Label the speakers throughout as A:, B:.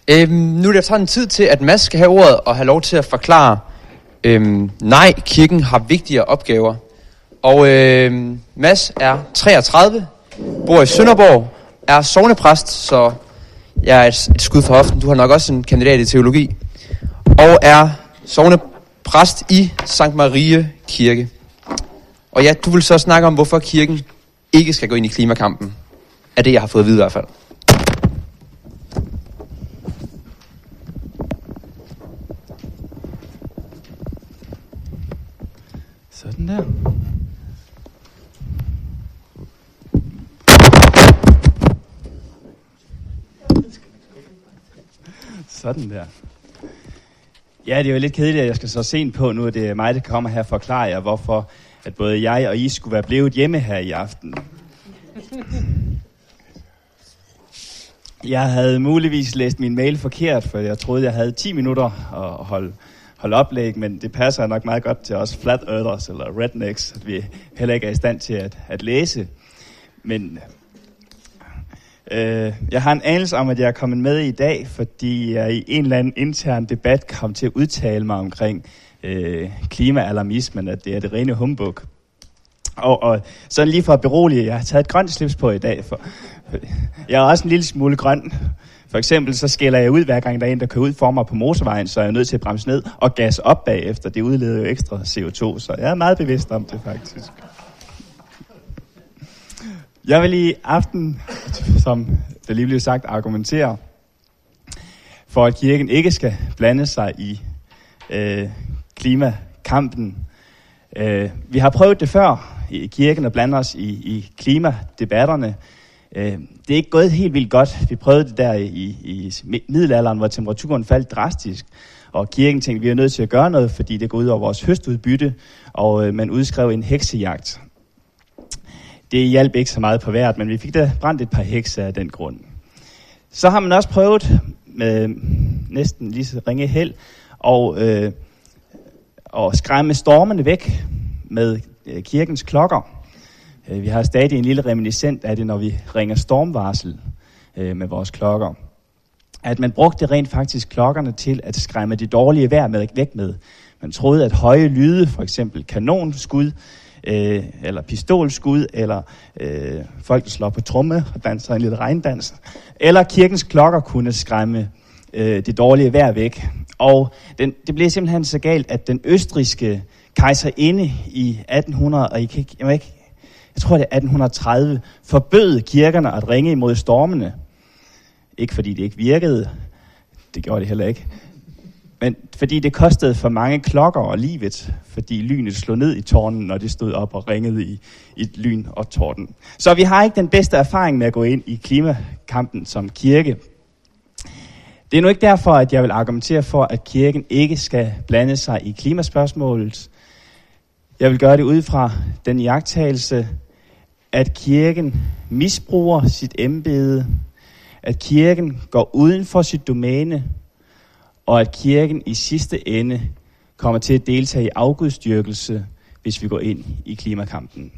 A: Nu er det sådan en tid til, at Mads skal have ordet og have lov til at forklare, nej, kirken har vigtigere opgaver. Og Mads er 33, bor i Sønderborg, er sognepræst, så jeg er et skud for hoften. Du har nok også en kandidat i teologi. Og er sognepræst i Sankt Marie Kirke. Og ja, du vil så snakke om, hvorfor kirken ikke skal gå ind i klimakampen. Er det, jeg har fået at vide i hvert fald.
B: Sådan der. Sådan der. Ja, det er jo lidt kedeligt, at jeg skal så sent på nu, at det er mig, der kommer her og forklare jer, hvorfor at både jeg og I skulle være blevet hjemme her i aften. Jeg havde muligvis læst min mail forkert, for jeg troede, jeg havde 10 minutter at holde oplæg, men det passer nok meget godt til os flat earthers eller rednecks, at vi heller ikke er i stand til at læse. Men jeg har en anelse om, at jeg er kommet med i dag, fordi jeg i en eller anden intern debat kom til at udtale mig omkring klimaalarmismen, at det er det rene humbug. Og sådan lige for at berolige, jeg har taget et grønt slips på i dag, for jeg er også en lille smule grøn. For eksempel så skælder jeg ud, hver gang der er en, der kører ud for mig på motorvejen, så er jeg nødt til at bremse ned og gas op bagefter. Det udleder jo ekstra CO2, så jeg er meget bevidst om det faktisk. Jeg vil i aften, som det lige blev sagt, argumentere for, at kirken ikke skal blande sig i klimakampen. Vi har prøvet det før i kirken at blande os i klimadebatterne. Det er ikke gået helt vildt godt. Vi prøvede det der i middelalderen, hvor temperaturen faldt drastisk. Og kirken tænkte, vi er nødt til at gøre noget, fordi det går ud over vores høstudbytte, og man udskrev en heksejagt. Det hjalp ikke så meget på vejret, men vi fik da brændt et par hekse af den grund. Så har man også prøvet med næsten lige så ringe held og skræmme stormene væk med kirkens klokker. Vi har stadig en lille reminiscent af det, når vi ringer stormvarsel med vores klokker. At man brugte rent faktisk klokkerne til at skræmme det dårlige vejr væk med. Man troede, at høje lyde, for eksempel kanonskud, eller pistolskud, eller folk, der slår på tromme og danser en lille regndans, eller kirkens klokker kunne skræmme det dårlige vejr væk. Og det blev simpelthen så galt, at den østrigske kejserinde i 1800, og jeg tror det er 1830, forbød kirkerne at ringe imod stormene. Ikke fordi det ikke virkede, det gjorde det heller ikke, men fordi det kostede for mange klokker og livet, fordi lynet slog ned i tårnen, når det stod op og ringede i lyn og torden. Så vi har ikke den bedste erfaring med at gå ind i klimakampen som kirke. Det er nu ikke derfor, at jeg vil argumentere for, at kirken ikke skal blande sig i klimaspørgsmålet. Jeg vil gøre det ud fra den iagttagelse, at kirken misbruger sit embede, at kirken går uden for sit domæne, og at kirken i sidste ende kommer til at deltage i afgudstyrkelse, hvis vi går ind i klimakampen.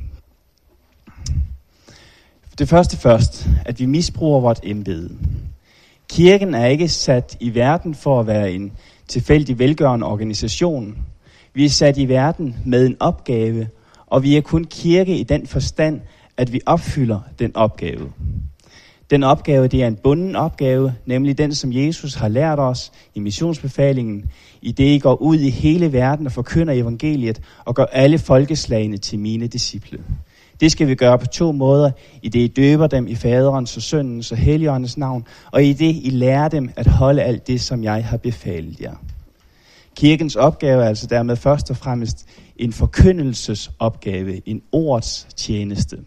B: Det første først, at vi misbruger vort embede. Kirken er ikke sat i verden for at være en tilfældig velgørende organisation. Vi er sat i verden med en opgave, og vi er kun kirke i den forstand, at vi opfylder den opgave. Den opgave, det er en bunden opgave, nemlig den, som Jesus har lært os i missionsbefalingen, i det I går ud i hele verden og forkynder evangeliet og gør alle folkeslagene til mine disciple. Det skal vi gøre på 2 måder, i det I døber dem i faderens og søndens og helligåndens navn, og i det I lærer dem at holde alt det, som jeg har befalet jer. Kirkens opgave er altså dermed først og fremmest en forkyndelsesopgave, en ordets tjeneste.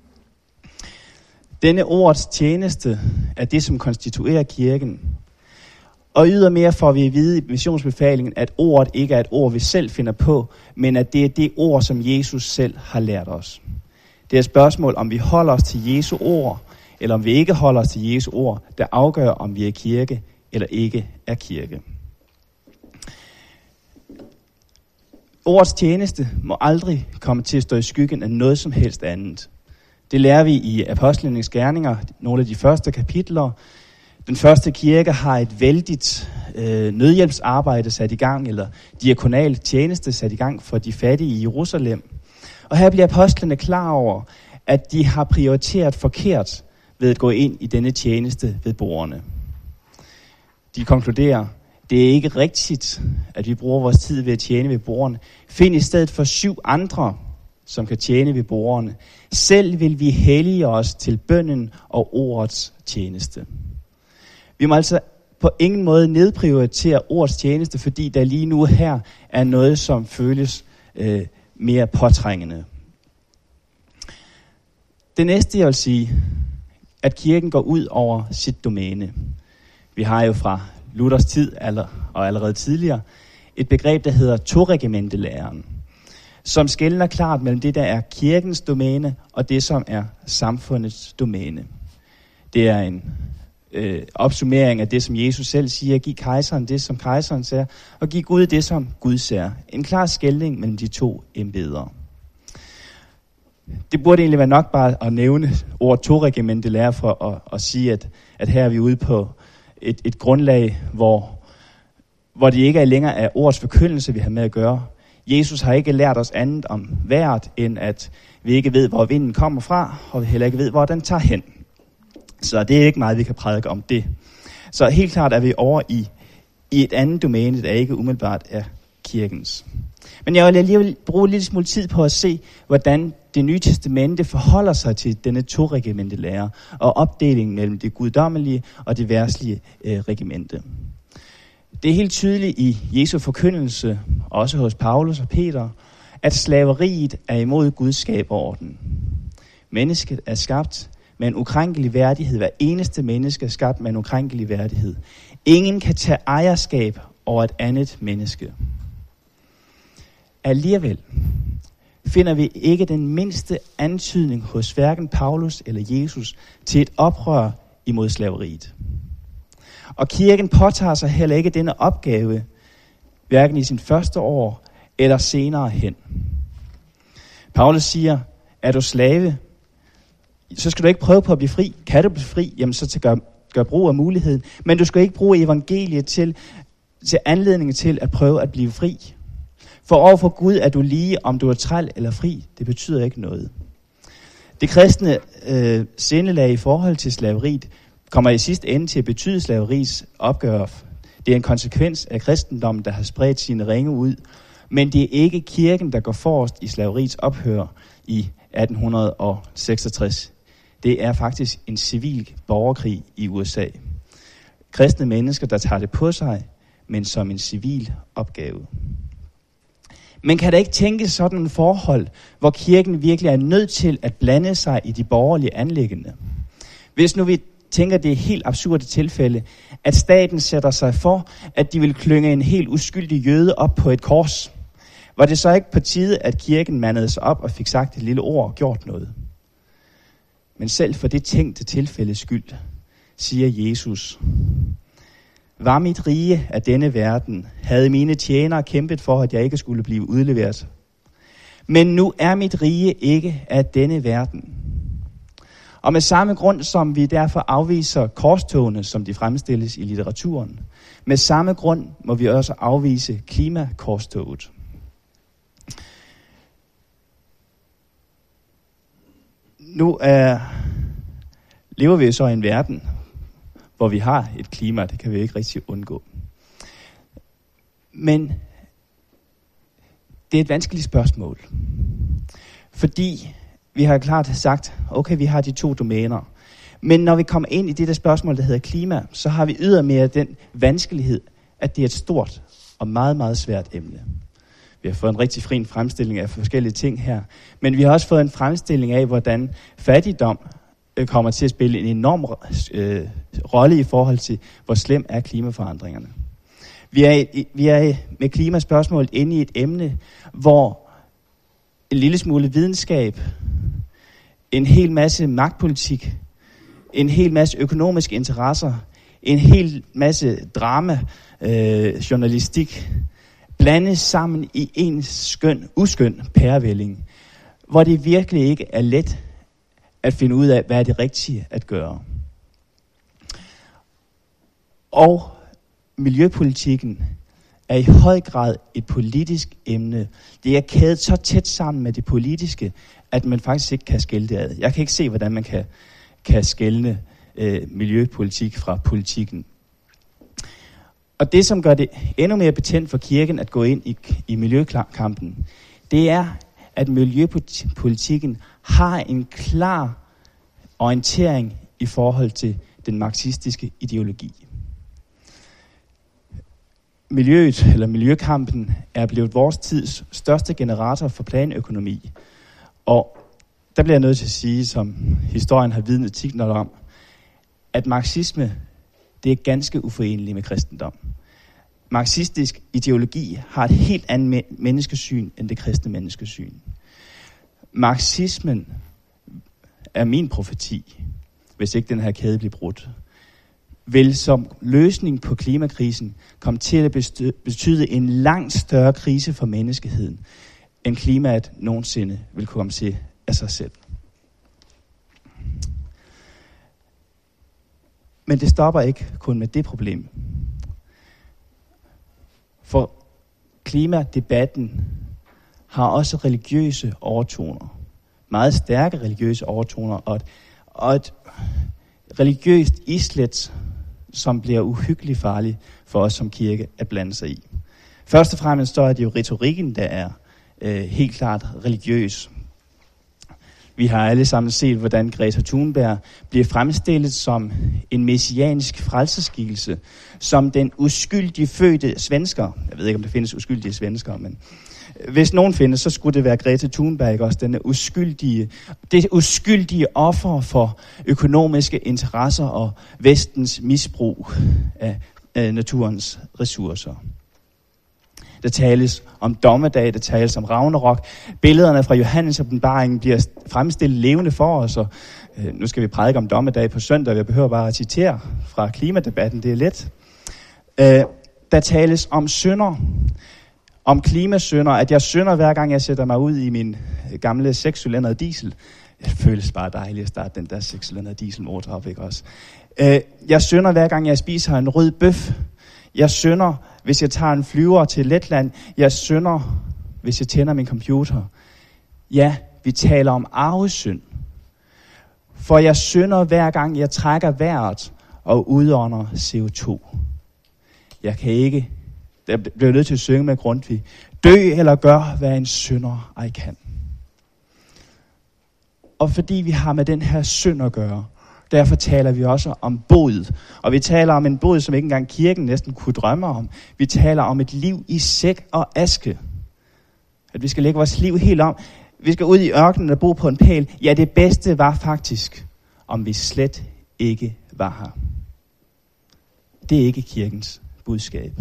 B: Denne ordets tjeneste er det, som konstituerer kirken. Og ydermere får vi at vide i missionsbefalingen, at ordet ikke er et ord, vi selv finder på, men at det er det ord, som Jesus selv har lært os. Det er et spørgsmål, om vi holder os til Jesu ord, eller om vi ikke holder os til Jesu ord, der afgør, om vi er kirke eller ikke er kirke. Ordets tjeneste må aldrig komme til at stå i skyggen af noget som helst andet. Det lærer vi i Apostlenes Gerninger, nogle af de første kapitler. Den første kirke har et vældigt nødhjælpsarbejde sat i gang, eller diakonal tjeneste sat i gang for de fattige i Jerusalem. Og her bliver apostlene klar over, at de har prioriteret forkert ved at gå ind i denne tjeneste ved bordene. De konkluderer, det er ikke rigtigt, at vi bruger vores tid ved at tjene ved bordene. Find i stedet for 7 andre, som kan tjene ved bordene. Selv vil vi hellige os til bønnen og ordets tjeneste. Vi må altså på ingen måde nedprioritere ordets tjeneste, fordi der lige nu her er noget, som føles mere påtrængende. Det næste, jeg vil sige, at kirken går ud over sit domæne. Vi har jo fra Luthers tid og allerede tidligere et begreb, der hedder toregimentelæren, som skelner klart mellem det, der er kirkens domæne, og det, som er samfundets domæne. Det er en opsummering af det, som Jesus selv siger: giv kejseren det, som kejseren siger, og giv Gud det, som Gud siger. En klar skelning mellem de 2 embeder. Det burde egentlig være nok bare at nævne ordet toregimentelære for at sige, at her er vi ude på et grundlag, hvor det ikke længere er ordets forkyndelse, vi har med at gøre. Jesus har ikke lært os andet om vejret, end at vi ikke ved, hvor vinden kommer fra, og vi heller ikke ved, hvor den tager hen. Så det er ikke meget, vi kan prædike om det. Så helt klart er vi over i et andet domæne, der ikke umiddelbart er kirkens. Men jeg vil alligevel bruge lidt smule tid på at se, hvordan det nye testamente forholder sig til denne toregimentelære og opdelingen mellem det guddommelige og det verdslige regimente. Det er helt tydeligt i Jesu forkyndelse, også hos Paulus og Peter, at slaveriet er imod Guds skaberorden. Mennesket er skabt med en ukrænkelig værdighed. Hver eneste menneske er skabt med en ukrænkelig værdighed. Ingen kan tage ejerskab over et andet menneske. Alligevel finder vi ikke den mindste antydning hos hverken Paulus eller Jesus til et oprør imod slaveriet. Og kirken påtager sig heller ikke denne opgave, hverken i sin første år eller senere hen. Paulus siger, er du slave, så skal du ikke prøve på at blive fri. Kan du blive fri, jamen så gør brug af muligheden. Men du skal ikke bruge evangeliet til anledningen til at prøve at blive fri. For overfor Gud er du lige, om du er træl eller fri. Det betyder ikke noget. Det kristne sindelag i forhold til slaveriet kommer i sidste ende til at betyde slaveris opgør. Det er en konsekvens af kristendommen, der har spredt sine ringe ud. Men det er ikke kirken, der går forrest i slaveriets ophør i 1866. Det er faktisk en civil borgerkrig i USA. Kristne mennesker, der tager det på sig, men som en civil opgave. Men kan der ikke tænkes sådan en forhold, hvor kirken virkelig er nødt til at blande sig i de borgerlige anliggende? Hvis nu vi tænker det helt absurde tilfælde, at staten sætter sig for, at de vil klynge en helt uskyldig jøde op på et kors, var det så ikke på tide, at kirken mandede sig op og fik sagt et lille ord og gjort noget? Men selv for det tænkte tilfældes skyld, siger Jesus: var mit rige af denne verden, havde mine tjenere kæmpet for, at jeg ikke skulle blive udleveret. Men nu er mit rige ikke af denne verden. Og med samme grund, som vi derfor afviser korstogene, som de fremstilles i litteraturen, med samme grund må vi også afvise klimakorstoget. Nu lever vi så i en verden, hvor vi har et klima, det kan vi ikke rigtig undgå. Men det er et vanskeligt spørgsmål. Fordi vi har klart sagt, okay, vi har de 2 domæner. Men når vi kommer ind i det der spørgsmål, der hedder klima, så har vi ydermere den vanskelighed, at det er et stort og meget, meget svært emne. Vi har fået en rigtig fin fremstilling af forskellige ting her. Men vi har også fået en fremstilling af, hvordan fattigdom kommer til at spille en enorm rolle i forhold til, hvor slem er klimaforandringerne. Vi er med klimaspørgsmålet inde i et emne, hvor en lille smule videnskab, en hel masse magtpolitik, en hel masse økonomiske interesser, en hel masse drama, journalistik, blandes sammen i en uskøn pærevælling, hvor det virkelig ikke er let at finde ud af, hvad er det rigtige at gøre. Og miljøpolitikken er i høj grad et politisk emne. Det er kædet så tæt sammen med det politiske, at man faktisk ikke kan skelne det ad. Jeg kan ikke se, hvordan man kan skelne miljøpolitik fra politikken. Og det, som gør det endnu mere betændt for kirken at gå ind i miljøkampen, det er, at miljøpolitikken har en klar orientering i forhold til den marxistiske ideologi. Miljøet, eller miljøkampen, er blevet vores tids største generator for planøkonomi. Og der bliver jeg nødt til at sige, som historien har vidnet tit noget om, at marxisme, det er ganske uforeneligt med kristendom. Marxistisk ideologi har et helt andet menneskesyn end det kristne menneskesyn. Marxismen er min profeti, hvis ikke den her kæde bliver brudt, vil som løsning på klimakrisen komme til at betyde en langt større krise for menneskeheden, end klimaet nogensinde vil komme til af sig selv. Men det stopper ikke kun med det problem. For klimadebatten har også religiøse overtoner. Meget stærke religiøse overtoner, og et religiøst islet, som bliver uhyggeligt farligt for os som kirke at blande sig i. Først og fremmest så er det jo retorikken, der er helt klart religiøs. Vi har alle sammen set, hvordan Greta Thunberg bliver fremstillet som en messiansk frelseskikkelse, som den uskyldige fødte svensker. Jeg ved ikke, om der findes uskyldige svensker, men hvis nogen findes, så skulle det være Greta Thunberg, også det uskyldige offer for økonomiske interesser og vestens misbrug af naturens ressourcer. Der tales om dommedag, der tales om Ragnarok. Billederne fra Johannes åbenbaringen bliver fremstillet levende for os, og nu skal vi prædike om dommedag på søndag. Jeg behøver bare at citere fra klimadebatten, det er let. Der tales om synder, om klimasynder, at jeg synder hver gang jeg sætter mig ud i min gamle 6-cylindrede diesel. Det føles bare dejligt at starte den der 6-cylindrede dieselmotor op, ikke også? Jeg synder hver gang jeg spiser en rød bøf. Jeg synder, hvis jeg tager en flyver til Letland. Jeg synder, hvis jeg tænder min computer. Ja, vi taler om arvesynd. For jeg synder hver gang jeg trækker vejret og udånder CO2. Jeg kan ikke, jeg bliver nødt til at synge med Grundtvig. Dø eller gør, hvad en synder ej kan. Og fordi vi har med den her synd at gøre, derfor taler vi også om bod. Og vi taler om en bod, som ikke engang kirken næsten kunne drømme om. Vi taler om et liv i sæk og aske. At vi skal lægge vores liv helt om. Vi skal ud i ørkenen og bo på en pæl. Ja, det bedste var faktisk, om vi slet ikke var her. Det er ikke kirkens budskab.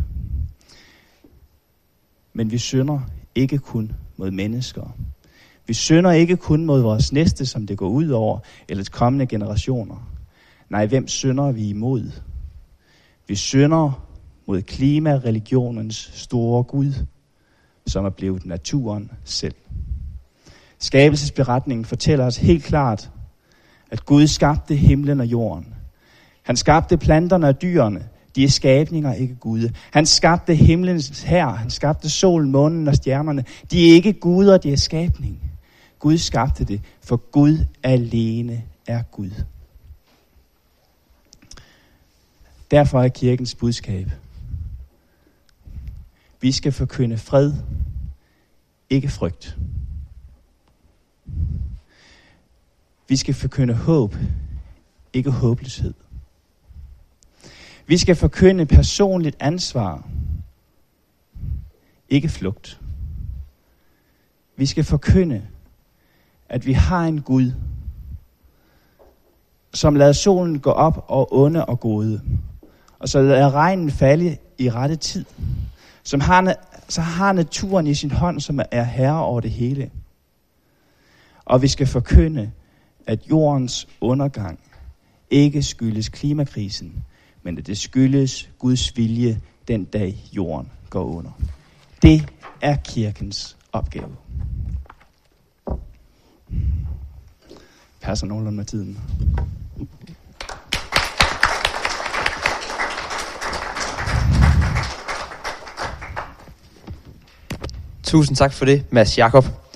B: Men vi synder ikke kun mod mennesker. Vi synder ikke kun mod vores næste, som det går ud over, eller til kommende generationer. Nej, hvem synder vi imod? Vi synder mod klimareligionens store Gud, som er blevet naturen selv. Skabelsesberetningen fortæller os helt klart, at Gud skabte himlen og jorden. Han skabte planterne og dyrene. De er skabninger, ikke Gud. Han skabte himlens hær. Han skabte solen, månen og stjernerne. De er ikke guder, de er skabning. Gud skabte det, for Gud alene er Gud. Derfor er kirkens budskab: vi skal forkynde fred, ikke frygt. Vi skal forkynde håb, ikke håbløshed. Vi skal forkynde personligt ansvar, ikke flugt. Vi skal forkynde, at vi har en Gud, som lader solen gå op og onde og gode, og så lader regnen falde i rette tid, som har naturen i sin hånd, som er herre over det hele. Og vi skal forkynde, at jordens undergang ikke skyldes klimakrisen, men at det skyldes Guds vilje den dag jorden går under. Det er kirkens opgave. Passer nogenlunde med tiden.
A: Tusind tak for det, Mads Jakob.